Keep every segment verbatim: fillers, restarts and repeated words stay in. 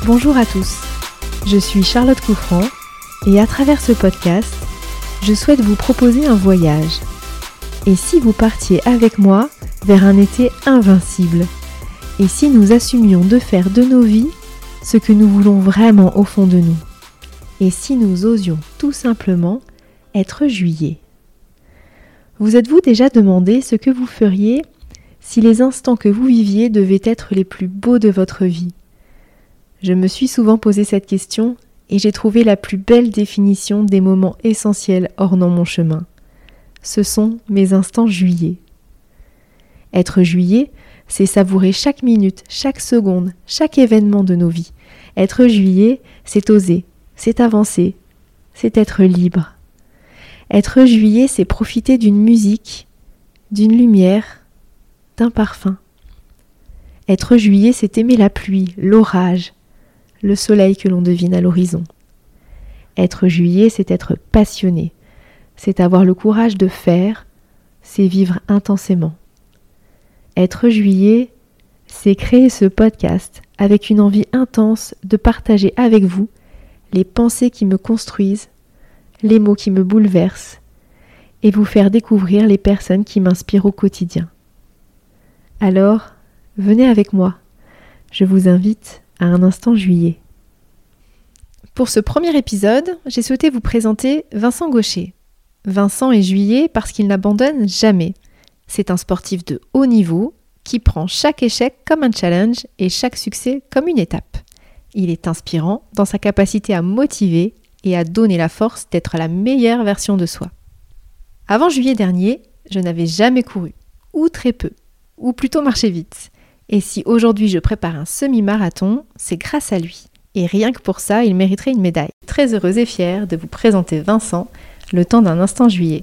Bonjour à tous, je suis Charlotte Couffrand et à travers ce podcast, je souhaite vous proposer un voyage. Et si vous partiez avec moi vers un été invincible? Et si nous assumions de faire de nos vies ce que nous voulons vraiment au fond de nous? Et si nous osions tout simplement être juillet? Vous êtes-vous déjà demandé ce que vous feriez si les instants que vous viviez devaient être les plus beaux de votre vie? Je me suis souvent posé cette question et j'ai trouvé la plus belle définition des moments essentiels ornant mon chemin. Ce sont mes instants juillet. Être juillet, c'est savourer chaque minute, chaque seconde, chaque événement de nos vies. Être juillet, c'est oser, c'est avancer, c'est être libre. Être juillet, c'est profiter d'une musique, d'une lumière, d'un parfum. Être juillet, c'est aimer la pluie, l'orage, le soleil que l'on devine à l'horizon. Être juillet, c'est être passionné, c'est avoir le courage de faire, c'est vivre intensément. Être juillet, c'est créer ce podcast avec une envie intense de partager avec vous les pensées qui me construisent, les mots qui me bouleversent et vous faire découvrir les personnes qui m'inspirent au quotidien. Alors, venez avec moi, je vous invite à un instant juillet. Pour ce premier épisode, j'ai souhaité vous présenter Vincent Gaucher. Vincent est juillet parce qu'il n'abandonne jamais. C'est un sportif de haut niveau qui prend chaque échec comme un challenge et chaque succès comme une étape. Il est inspirant dans sa capacité à motiver et à donner la force d'être la meilleure version de soi. Avant juillet dernier, je n'avais jamais couru, ou très peu, ou plutôt marché vite. Et si aujourd'hui je prépare un semi-marathon, c'est grâce à lui. Et rien que pour ça, il mériterait une médaille. Très heureuse et fière de vous présenter Vincent, le temps d'un instant juillet.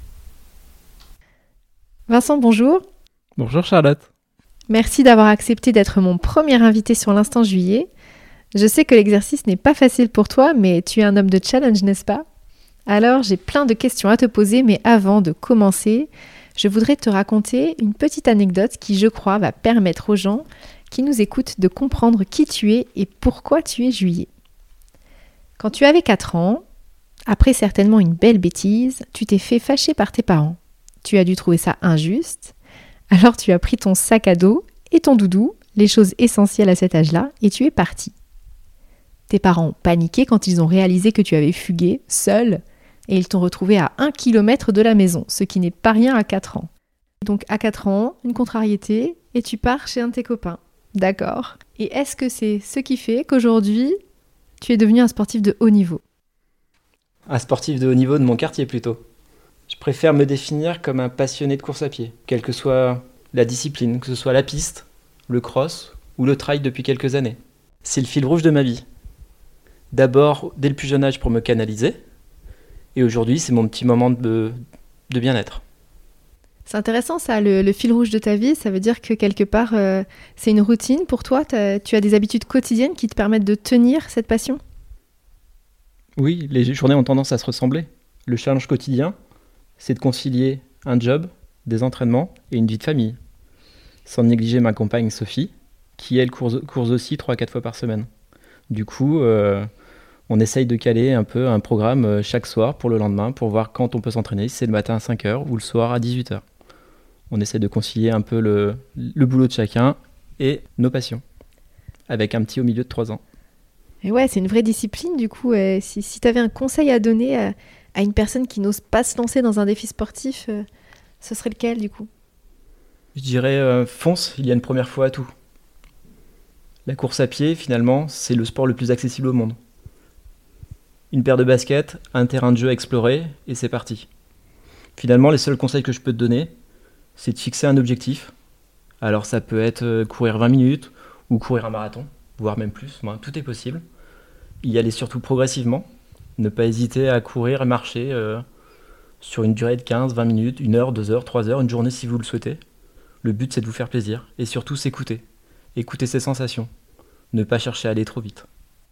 Vincent, bonjour. Bonjour Charlotte. Merci d'avoir accepté d'être mon premier invité sur l'instant juillet. Je sais que l'exercice n'est pas facile pour toi, mais tu es un homme de challenge, n'est-ce pas? Alors, j'ai plein de questions à te poser, mais avant de commencer, je voudrais te raconter une petite anecdote qui, je crois, va permettre aux gens qui nous écoutent de comprendre qui tu es et pourquoi tu es juillet. Quand tu avais quatre ans, après certainement une belle bêtise, tu t'es fait fâcher par tes parents. Tu as dû trouver ça injuste, alors tu as pris ton sac à dos et ton doudou, les choses essentielles à cet âge-là, et tu es parti. Tes parents ont paniqué quand ils ont réalisé que tu avais fugué, seul, et ils t'ont retrouvé à un kilomètre de la maison, ce qui n'est pas rien à quatre ans. Donc à quatre ans, une contrariété, et tu pars chez un de tes copains. D'accord. Et est-ce que c'est ce qui fait qu'aujourd'hui, tu es devenu un sportif de haut niveau? Un sportif de haut niveau de mon quartier plutôt. Je préfère me définir comme un passionné de course à pied, quelle que soit la discipline, que ce soit la piste, le cross ou le trail depuis quelques années. C'est le fil rouge de ma vie. D'abord, dès le plus jeune âge pour me canaliser, et aujourd'hui, c'est mon petit moment de, de bien-être. C'est intéressant ça, le, le fil rouge de ta vie, ça veut dire que quelque part, euh, c'est une routine pour toi, tu as des habitudes quotidiennes qui te permettent de tenir cette passion? Oui, les journées ont tendance à se ressembler. Le challenge quotidien, c'est de concilier un job, des entraînements et une vie de famille. Sans négliger ma compagne Sophie, qui elle court, court aussi trois à quatre fois par semaine. Du coup, euh, on essaye de caler un peu un programme chaque soir pour le lendemain, pour voir quand on peut s'entraîner, si c'est le matin à cinq heures ou le soir à dix-huit heures. On essaie de concilier un peu le, le boulot de chacun et nos passions, avec un petit au milieu de trois ans. Et ouais, c'est une vraie discipline du coup. Euh, si si tu avais un conseil à donner à, à une personne qui n'ose pas se lancer dans un défi sportif, euh, ce serait lequel du coup? Je dirais euh, fonce, il y a une première fois à tout. La course à pied, finalement, c'est le sport le plus accessible au monde. Une paire de baskets, un terrain de jeu à explorer, et c'est parti. Finalement, les seuls conseils que je peux te donner, c'est de fixer un objectif. Alors ça peut être courir vingt minutes, ou courir un marathon, voire même plus, ben, tout est possible. Y aller surtout progressivement, ne pas hésiter à courir et marcher euh, sur une durée de quinze à vingt minutes, une heure, deux heures, trois heures, une journée si vous le souhaitez. Le but c'est de vous faire plaisir, et surtout s'écouter. Écouter ses sensations, ne pas chercher à aller trop vite.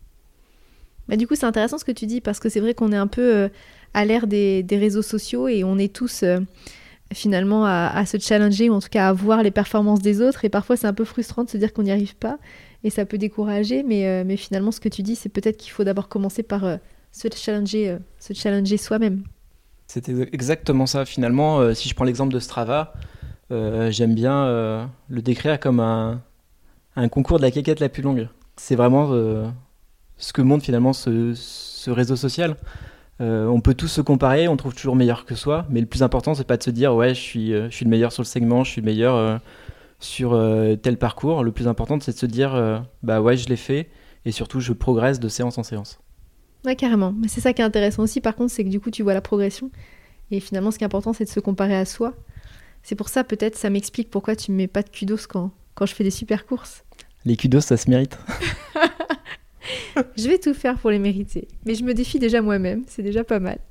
Bah du coup, c'est intéressant ce que tu dis parce que c'est vrai qu'on est un peu euh, à l'ère des, des réseaux sociaux et on est tous euh, finalement à, à se challenger ou en tout cas à voir les performances des autres. Et parfois, c'est un peu frustrant de se dire qu'on n'y arrive pas et ça peut décourager. Mais, euh, mais finalement, ce que tu dis, c'est peut-être qu'il faut d'abord commencer par euh, se challenger, euh, se challenger soi-même. C'est exactement ça. Finalement, euh, si je prends l'exemple de Strava, euh, j'aime bien euh, le décrire comme un, un concours de la quéquette la plus longue. C'est vraiment euh, ce que montre finalement ce, ce réseau social. Euh, on peut tous se comparer, on trouve toujours meilleur que soi, mais le plus important, c'est pas de se dire ouais, je suis, euh, je suis le meilleur sur le segment, je suis le meilleur euh, sur euh, tel parcours. Le plus important, c'est de se dire euh, bah ouais, je l'ai fait, et surtout, je progresse de séance en séance. Ouais, carrément. Mais c'est ça qui est intéressant aussi, par contre, c'est que du coup, tu vois la progression. Et finalement, ce qui est important, c'est de se comparer à soi. C'est pour ça, peut-être, ça m'explique pourquoi tu me mets pas de kudos quand, quand je fais des super courses. Les kudos, ça se mérite. Je vais tout faire pour les mériter. Mais je me défie déjà moi-même, c'est déjà pas mal.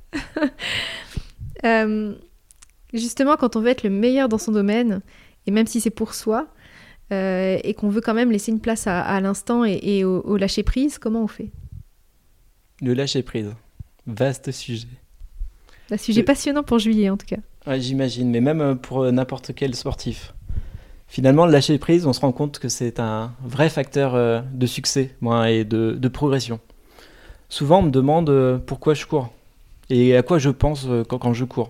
euh, justement, quand on veut être le meilleur dans son domaine, et même si c'est pour soi, euh, et qu'on veut quand même laisser une place à, à l'instant et, et au, au lâcher-prise, comment on fait ? Le lâcher-prise, vaste sujet. Un sujet Le... passionnant pour Juillet, en tout cas. Ouais, j'imagine, mais même pour n'importe quel sportif. Finalement, le lâcher-prise, on se rend compte que c'est un vrai facteur euh, de succès moi, et de, de progression. Souvent, on me demande euh, pourquoi je cours et à quoi je pense euh, quand, quand je cours.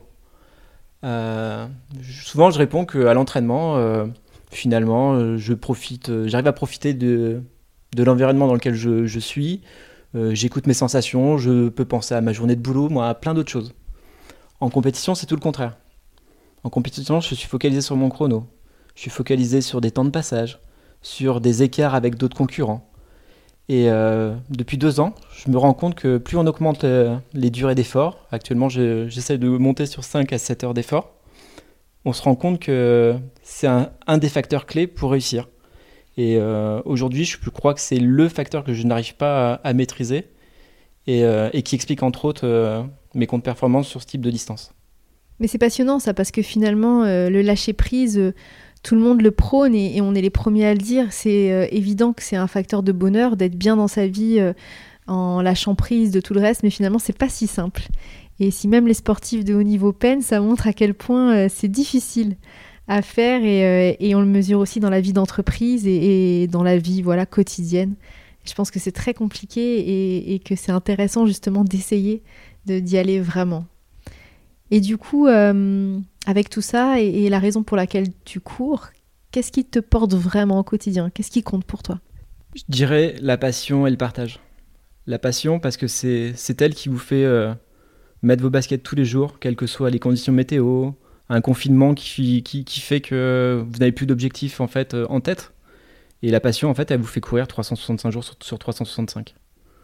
Euh, souvent, je réponds qu'à l'entraînement, euh, finalement, euh, je profite, euh, j'arrive à profiter de, de l'environnement dans lequel je, je suis. Euh, j'écoute mes sensations, je peux penser à ma journée de boulot, moi, à plein d'autres choses. En compétition, c'est tout le contraire. En compétition, je suis focalisé sur mon chrono. Je suis focalisé sur des temps de passage, sur des écarts avec d'autres concurrents. Et euh, depuis deux ans, je me rends compte que plus on augmente euh, les durées d'effort, actuellement je, j'essaie de monter sur cinq à sept heures d'effort, on se rend compte que c'est un, un des facteurs clés pour réussir. Et euh, aujourd'hui, je crois que c'est le facteur que je n'arrive pas à, à maîtriser et, euh, et qui explique entre autres euh, mes comptes performance sur ce type de distance. Mais c'est passionnant ça, parce que finalement, euh, le lâcher-prise... Euh... Tout le monde le prône et, et on est les premiers à le dire. C'est euh, évident que c'est un facteur de bonheur d'être bien dans sa vie euh, en lâchant prise de tout le reste, mais finalement, c'est pas si simple. Et si même les sportifs de haut niveau peinent, ça montre à quel point euh, c'est difficile à faire et, euh, et on le mesure aussi dans la vie d'entreprise et, et dans la vie voilà, quotidienne. Je pense que c'est très compliqué et, et que c'est intéressant justement d'essayer de, d'y aller vraiment. Et du coup... Euh, Avec tout ça et, et la raison pour laquelle tu cours, qu'est-ce qui te porte vraiment au quotidien ? Qu'est-ce qui compte pour toi ? Je dirais la passion et le partage. La passion parce que c'est, c'est elle qui vous fait euh, mettre vos baskets tous les jours, quelles que soient les conditions météo, un confinement qui, qui, qui fait que vous n'avez plus d'objectifs en, fait, euh, en tête. Et la passion, en fait, elle vous fait courir trois cent soixante-cinq jours sur, sur trois cent soixante-cinq.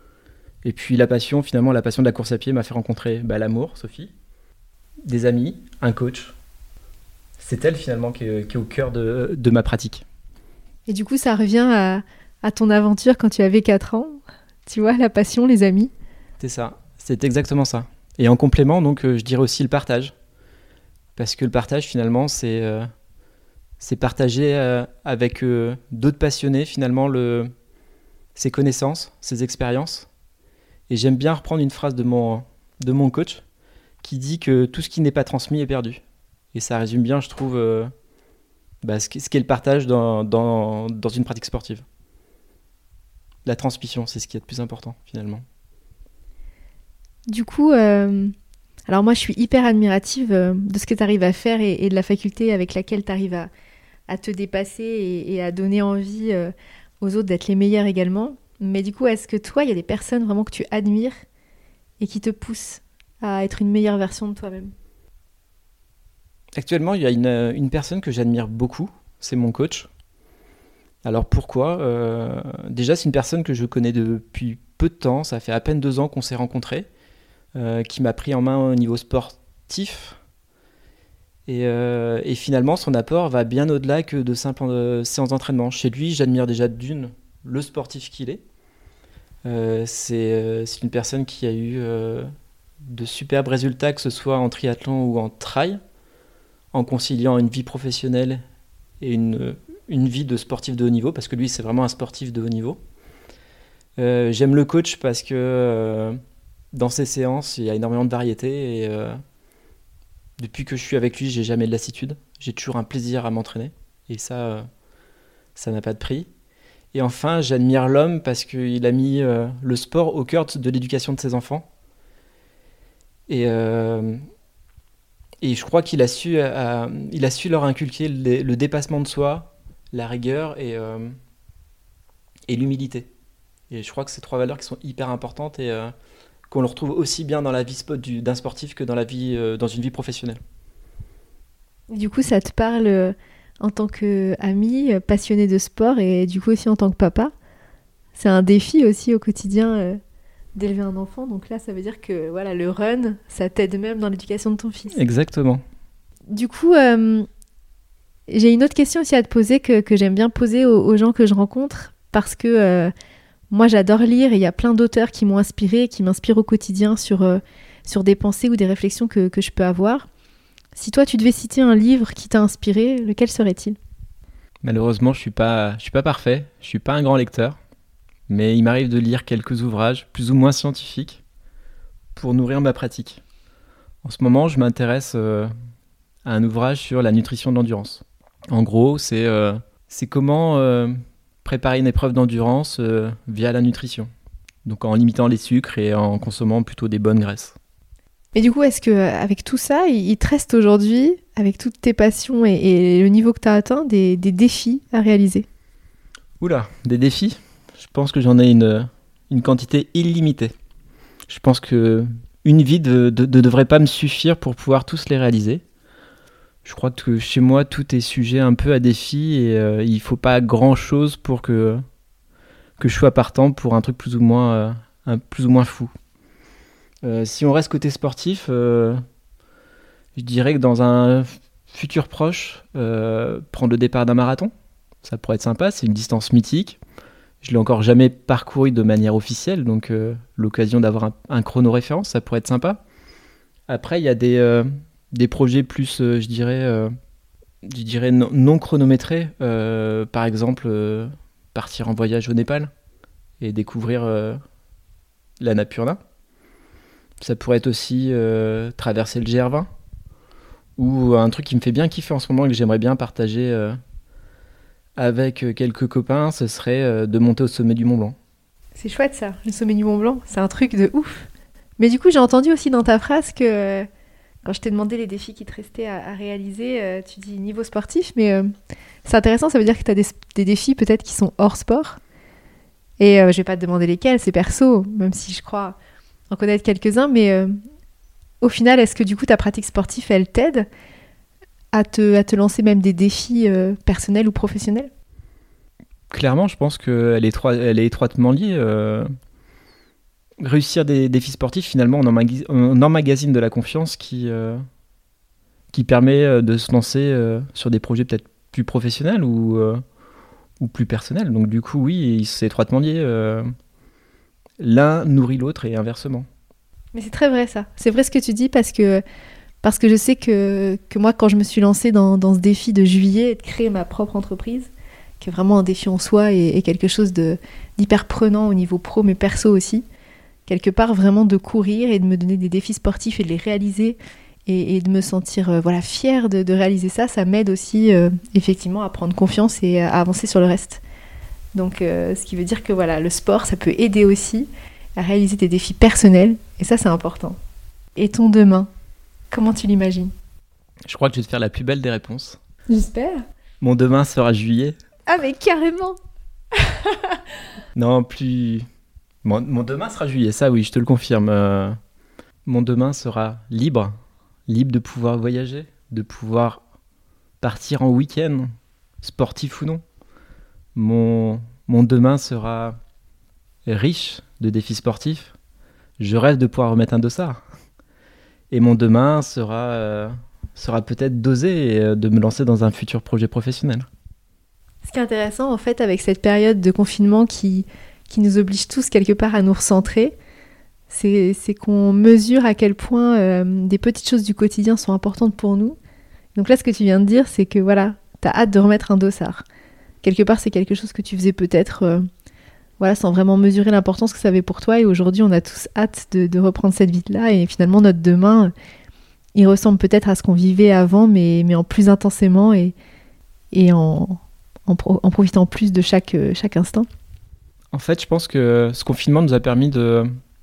Et puis la passion, finalement, la passion de la course à pied m'a fait rencontrer bah, l'amour, Sophie, des amis, un coach. C'est elle finalement qui est, qui est au cœur de, de ma pratique. Et du coup, ça revient à, à ton aventure quand tu avais quatre ans. Tu vois, la passion, les amis. C'est ça, c'est exactement ça. Et en complément, donc, euh, je dirais aussi le partage. Parce que le partage, finalement, c'est, euh, c'est partager euh, avec euh, d'autres passionnés, finalement, le, ses connaissances, ses expériences. Et j'aime bien reprendre une phrase de mon, de mon coach qui dit que tout ce qui n'est pas transmis est perdu. Et ça résume bien, je trouve, euh, bah, ce, qu'est, ce qu'est le partage dans, dans, dans une pratique sportive. La transmission, c'est ce qui est le plus important, finalement. Du coup, euh, alors moi, je suis hyper admirative euh, de ce que tu arrives à faire et, et de la faculté avec laquelle tu arrives à, à te dépasser et, et à donner envie euh, aux autres d'être les meilleurs également. Mais du coup, est-ce que toi, il y a des personnes vraiment que tu admires et qui te poussent à être une meilleure version de toi-même ? Actuellement, il y a une, une personne que j'admire beaucoup, c'est mon coach. Alors pourquoi ? euh, Déjà, c'est une personne que je connais depuis peu de temps, ça fait à peine deux ans qu'on s'est rencontrés, euh, qui m'a pris en main au niveau sportif. Et, euh, et finalement, son apport va bien au-delà que de simples euh, séances d'entraînement. Chez lui, j'admire déjà d'une le sportif qu'il est. Euh, c'est, euh, c'est une personne qui a eu euh, de superbes résultats, que ce soit en triathlon ou en trail, en conciliant une vie professionnelle et une, une vie de sportif de haut niveau, parce que lui, c'est vraiment un sportif de haut niveau. Euh, j'aime le coach parce que euh, dans ses séances, il y a énormément de variété et, euh, Depuis que je suis avec lui, j'ai jamais de lassitude. J'ai toujours un plaisir à m'entraîner. Et ça, euh, ça n'a pas de prix. Et enfin, j'admire l'homme parce qu'il a mis euh, le sport au cœur de l'éducation de ses enfants. Et, euh, et je crois qu'il a su, euh, il a su leur inculquer le, le dépassement de soi, la rigueur et, euh, et l'humilité. Et je crois que c'est trois valeurs qui sont hyper importantes et euh, qu'on le retrouve aussi bien dans la vie spo- du- d'un sportif que dans, la vie, euh, dans une vie professionnelle. Du coup, ça te parle euh, en tant qu'ami, euh, passionné de sport et du coup aussi en tant que papa. C'est un défi aussi au quotidien euh, d'élever un enfant. Donc là, ça veut dire que voilà, le run, ça t'aide même dans l'éducation de ton fils. Exactement. Du coup, euh, j'ai une autre question aussi à te poser que, que j'aime bien poser aux, aux gens que je rencontre parce que euh, moi, j'adore lire et il y a plein d'auteurs qui m'ont inspirée, qui m'inspirent au quotidien sur, euh, sur des pensées ou des réflexions que, que je peux avoir. Si toi, tu devais citer un livre qui t'a inspiré, lequel serait-il ? Malheureusement, je suis pas, je suis pas parfait. Je suis pas un grand lecteur, mais il m'arrive de lire quelques ouvrages plus ou moins scientifiques pour nourrir ma pratique. En ce moment, je m'intéresse euh, à un ouvrage sur la nutrition de l'endurance. En gros, c'est euh, c'est comment euh, préparer une épreuve d'endurance euh, via la nutrition. Donc en limitant les sucres et en consommant plutôt des bonnes graisses. Et du coup, est-ce qu'avec tout ça, il te reste aujourd'hui, avec toutes tes passions et, et le niveau que tu as atteint, des, des défis à réaliser ? Oula, des défis ? Je pense que j'en ai une, une quantité illimitée. Je pense qu'une vie ne de, de, de devrait pas me suffire pour pouvoir tous les réaliser. Je crois que chez moi, tout est sujet un peu à défi et euh, il ne faut pas grand-chose pour que, que je sois partant pour un truc plus ou moins, euh, un, plus ou moins fou. Euh, si on reste côté sportif, euh, je dirais que dans un futur proche, euh, prendre le départ d'un marathon, ça pourrait être sympa, c'est une distance mythique. Je ne l'ai encore jamais parcouru de manière officielle, donc euh, l'occasion d'avoir un, un chrono référence, ça pourrait être sympa. Après, il y a des, euh, des projets plus, euh, je dirais, euh, je dirais non, non chronométrés. Euh, par exemple, euh, partir en voyage au Népal et découvrir euh, l'Annapurna. Ça pourrait être aussi euh, traverser le G R vingt. Ou un truc qui me fait bien kiffer en ce moment et que j'aimerais bien partager euh, avec quelques copains, ce serait euh, de monter au sommet du Mont Blanc. C'est chouette ça, le sommet du Mont Blanc, c'est un truc de ouf. Mais du coup, j'ai entendu aussi dans ta phrase que euh, quand je t'ai demandé les défis qui te restaient à, à réaliser, euh, tu dis niveau sportif, mais euh, c'est intéressant, ça veut dire que tu as des, des défis peut-être qui sont hors sport. Et euh, je vais pas te demander lesquels, c'est perso, même si je crois en connaître quelques-uns, mais euh, au final, est-ce que du coup ta pratique sportive, elle t'aide à te, à te lancer même des défis euh, personnels ou professionnels ? Clairement, je pense qu'elle est, étro- elle est étroitement liée. Euh... Réussir des défis sportifs, finalement, on, emmag- on emmagasine de la confiance qui, euh, qui permet de se lancer euh, sur des projets peut-être plus professionnels ou, euh, ou plus personnels. Donc du coup, oui, c'est étroitement lié. Euh... L'un nourrit l'autre et inversement. Mais c'est très vrai ça. C'est vrai ce que tu dis parce que, parce que je sais que, que moi, quand je me suis lancée dans, dans ce défi de juillet et de créer ma propre entreprise, qui est vraiment un défi en soi et, et quelque chose de, d'hyper prenant au niveau pro, mais perso aussi, quelque part vraiment de courir et de me donner des défis sportifs et de les réaliser et, et de me sentir euh, voilà, fière de, de réaliser ça, ça m'aide aussi euh, effectivement à prendre confiance et à avancer sur le reste. Donc, euh, ce qui veut dire que voilà, le sport, ça peut aider aussi à réaliser des défis personnels, et ça, c'est important. Et ton demain, comment tu l'imagines ? Je crois que je vais te faire la plus belle des réponses. J'espère. Mon demain sera juillet. Ah, mais carrément. Non, plus... Mon, mon demain sera juillet, ça oui, je te le confirme. Euh, mon demain sera libre, libre de pouvoir voyager, de pouvoir partir en week-end, sportif ou non. Mon, mon demain sera riche de défis sportifs. Je rêve de pouvoir remettre un dossard. Et mon demain sera, euh, sera peut-être d'oser et de me lancer dans un futur projet professionnel. Ce qui est intéressant, en fait, avec cette période de confinement qui, qui nous oblige tous quelque part à nous recentrer, c'est, c'est qu'on mesure à quel point euh, des petites choses du quotidien sont importantes pour nous. Donc là, ce que tu viens de dire, c'est que voilà, t'as hâte de remettre un dossard. Quelque part, c'est quelque chose que tu faisais peut-être euh, voilà, sans vraiment mesurer l'importance que ça avait pour toi. Et aujourd'hui, on a tous hâte de, de reprendre cette vie-là. Et finalement, notre demain, il ressemble peut-être à ce qu'on vivait avant, mais, mais en plus intensément et, et en, en, pro, en profitant plus de chaque, chaque instant. En fait, je pense que ce confinement nous a permis de,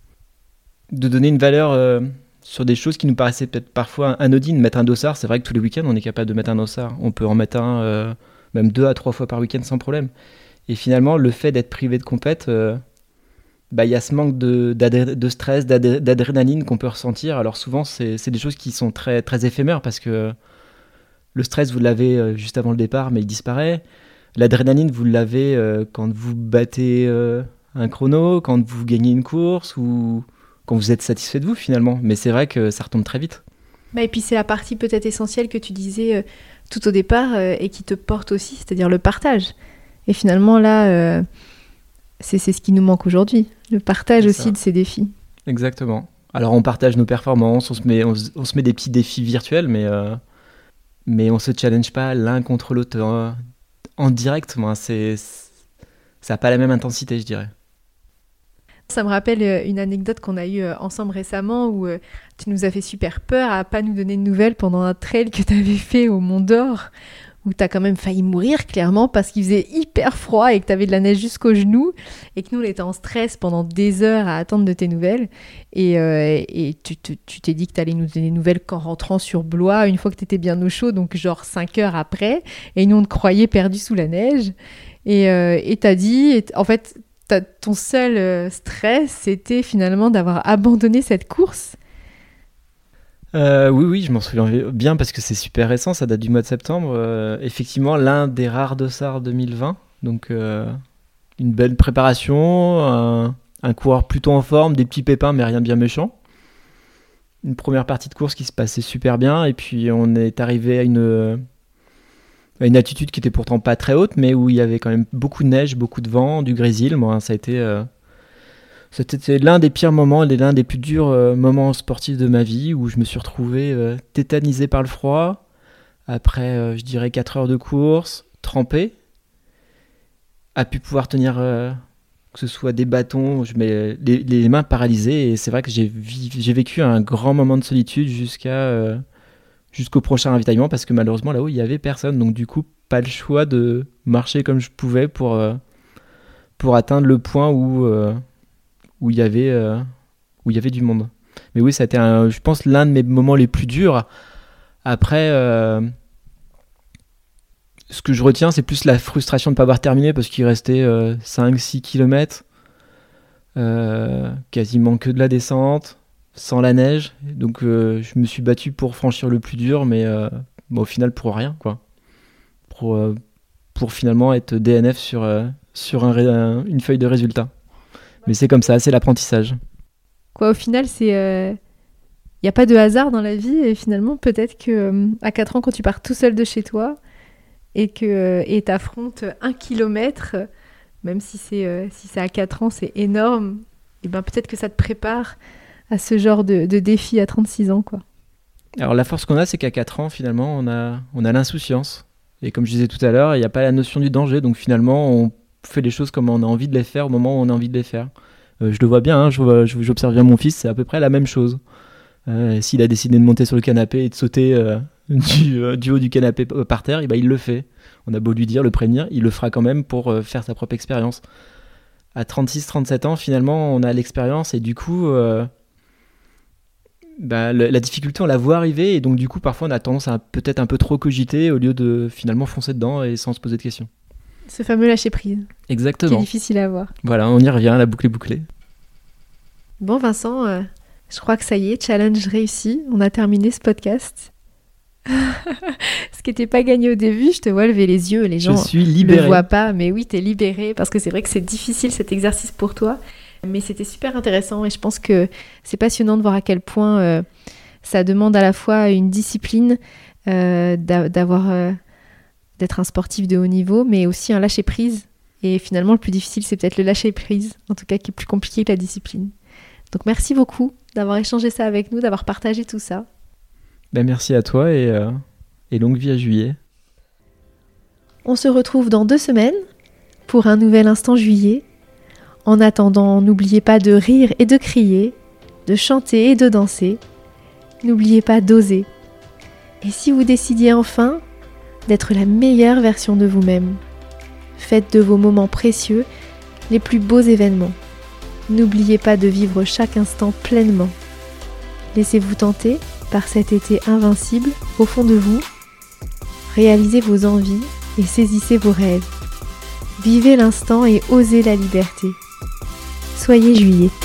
de donner une valeur euh, sur des choses qui nous paraissaient peut-être parfois anodines. Mettre un dossard, c'est vrai que tous les week-ends, on est capable de mettre un dossard. On peut en mettre un, euh, même deux à trois fois par week-end sans problème. Et finalement, le fait d'être privé de compète, euh, bah, y a ce manque de, d'adré- de stress, d'adré- d'adrénaline qu'on peut ressentir. Alors souvent, c'est, c'est des choses qui sont très, très éphémères parce que le stress, vous l'avez euh, juste avant le départ, mais il disparaît. L'adrénaline, vous l'avez euh, quand vous battez euh, un chrono, quand vous gagnez une course ou quand vous êtes satisfait de vous finalement. Mais c'est vrai que ça retombe très vite. Bah, et puis c'est la partie peut-être essentielle que tu disais euh, tout au départ euh, et qui te porte aussi, c'est-à-dire le partage. Et finalement là, euh, c'est, c'est ce qui nous manque aujourd'hui, le partage C'est aussi ça. de ces défis. Exactement. Alors on partage nos performances, on se met, on, se- on se met des petits défis virtuels, mais, euh, mais on se challenge pas l'un contre l'autre euh, en direct. Moi, c'est, c'est- ça n'a pas la même intensité, je dirais. Ça me rappelle euh, une anecdote qu'on a eue euh, ensemble récemment où euh, tu nous as fait super peur à pas nous donner de nouvelles pendant un trail que tu avais fait au Mont d'Or, où tu as quand même failli mourir clairement parce qu'il faisait hyper froid et que tu avais de la neige jusqu'aux genoux et que nous on était en stress pendant des heures à attendre de tes nouvelles et, euh, et tu, tu, tu t'es dit que tu allais nous donner des nouvelles qu'en rentrant sur Blois une fois que tu étais bien au chaud, donc genre cinq heures après, et nous on te croyait perdu sous la neige et euh, et t'as dit, et t- en fait t'as- ton seul euh, stress c'était finalement d'avoir abandonné cette course. Euh, oui, oui, je m'en souviens bien parce que c'est super récent, ça date du mois de septembre. Euh, effectivement, l'un des rares dossards deux mille vingt. Donc, euh, une belle préparation, un, un coureur plutôt en forme, des petits pépins, mais rien de bien méchant. Une première partie de course qui se passait super bien, et puis on est arrivé à une, à une altitude qui était pourtant pas très haute, mais où il y avait quand même beaucoup de neige, beaucoup de vent, du grésil. Moi, ça a été. euh, C'était l'un des pires moments, et l'un des plus durs euh, moments sportifs de ma vie où je me suis retrouvé euh, tétanisé par le froid après, euh, je dirais, quatre heures de course, trempé, a pu pouvoir tenir euh, que ce soit des bâtons, je mets les, les mains paralysées et c'est vrai que j'ai, vi- j'ai vécu un grand moment de solitude jusqu'à, euh, jusqu'au prochain ravitaillement parce que malheureusement là-haut il n'y avait personne, donc du coup pas le choix de marcher comme je pouvais pour, euh, pour atteindre le point où... euh, où il y avait euh, où il y avait du monde. Mais oui, ça a été, un, je pense, l'un de mes moments les plus durs. Après, euh, ce que je retiens, c'est plus la frustration de ne pas avoir terminé parce qu'il restait euh, cinq six kilomètres, euh, quasiment que de la descente, sans la neige. Donc, euh, je me suis battu pour franchir le plus dur, mais euh, bon, au final, pour rien, quoi. Pour, euh, pour finalement être D N F sur, euh, sur un ré- un- une feuille de résultat. Mais c'est comme ça, c'est l'apprentissage. Quoi, au final, c'est. Il euh, n'y a pas de hasard dans la vie, et finalement, peut-être que euh, à quatre ans, quand tu pars tout seul de chez toi et que euh, et t'affrontes un kilomètre, euh, même si c'est, euh, si c'est à quatre ans, c'est énorme, et ben peut-être que ça te prépare à ce genre de, de défi à trente-six ans, quoi. Alors la force qu'on a, c'est qu'à quatre ans, finalement, on a, on a l'insouciance. Et comme je disais tout à l'heure, il n'y a pas la notion du danger. Donc finalement, on fait les choses comme on a envie de les faire au moment où on a envie de les faire. Euh, je le vois bien, hein, je vois- je- j'observe bien mon fils, c'est à peu près la même chose. Euh, s'il a décidé de monter sur le canapé et de sauter euh, du, euh, du haut du canapé p- par terre, et ben, il le fait. On a beau lui dire, le prévenir, il le fera quand même pour euh, faire sa propre expérience. À trente-six trente-sept ans, finalement, on a l'expérience et du coup, euh, bah, le- la difficulté, on la voit arriver et donc du coup, parfois, on a tendance à peut-être un peu trop cogiter au lieu de finalement foncer dedans et sans se poser de questions. Ce fameux lâcher-prise, qui est Exactement. difficile à avoir. Voilà, on y revient, la boucle est bouclée. Bon, Vincent, euh, je crois que ça y est, challenge réussi. On a terminé ce podcast. Ce qui n'était pas gagné au début, je te vois lever les yeux, les Je gens suis ne le libéré. voient pas, mais oui, t'es libéré, parce que c'est vrai que c'est difficile cet exercice pour toi, mais c'était super intéressant et je pense que c'est passionnant de voir à quel point euh, ça demande à la fois une discipline, euh, d'a- d'avoir, euh, d'être un sportif de haut niveau, mais aussi un lâcher-prise. Et finalement, le plus difficile, c'est peut-être le lâcher-prise, en tout cas qui est plus compliqué que la discipline. Donc merci beaucoup d'avoir échangé ça avec nous, d'avoir partagé tout ça. Ben, merci à toi et, euh, et longue vie à Juillet. On se retrouve dans deux semaines pour un nouvel instant juillet. En attendant, n'oubliez pas de rire et de crier, de chanter et de danser, N'oubliez pas d'oser. Et si vous décidiez enfin d'être la meilleure version de vous-même, faites de vos moments précieux les plus beaux événements. N'oubliez pas de vivre chaque instant pleinement. Laissez-vous tenter par cet été invincible au fond de vous. Réalisez vos envies et saisissez vos rêves. Vivez l'instant et osez la liberté. Soyez juillet.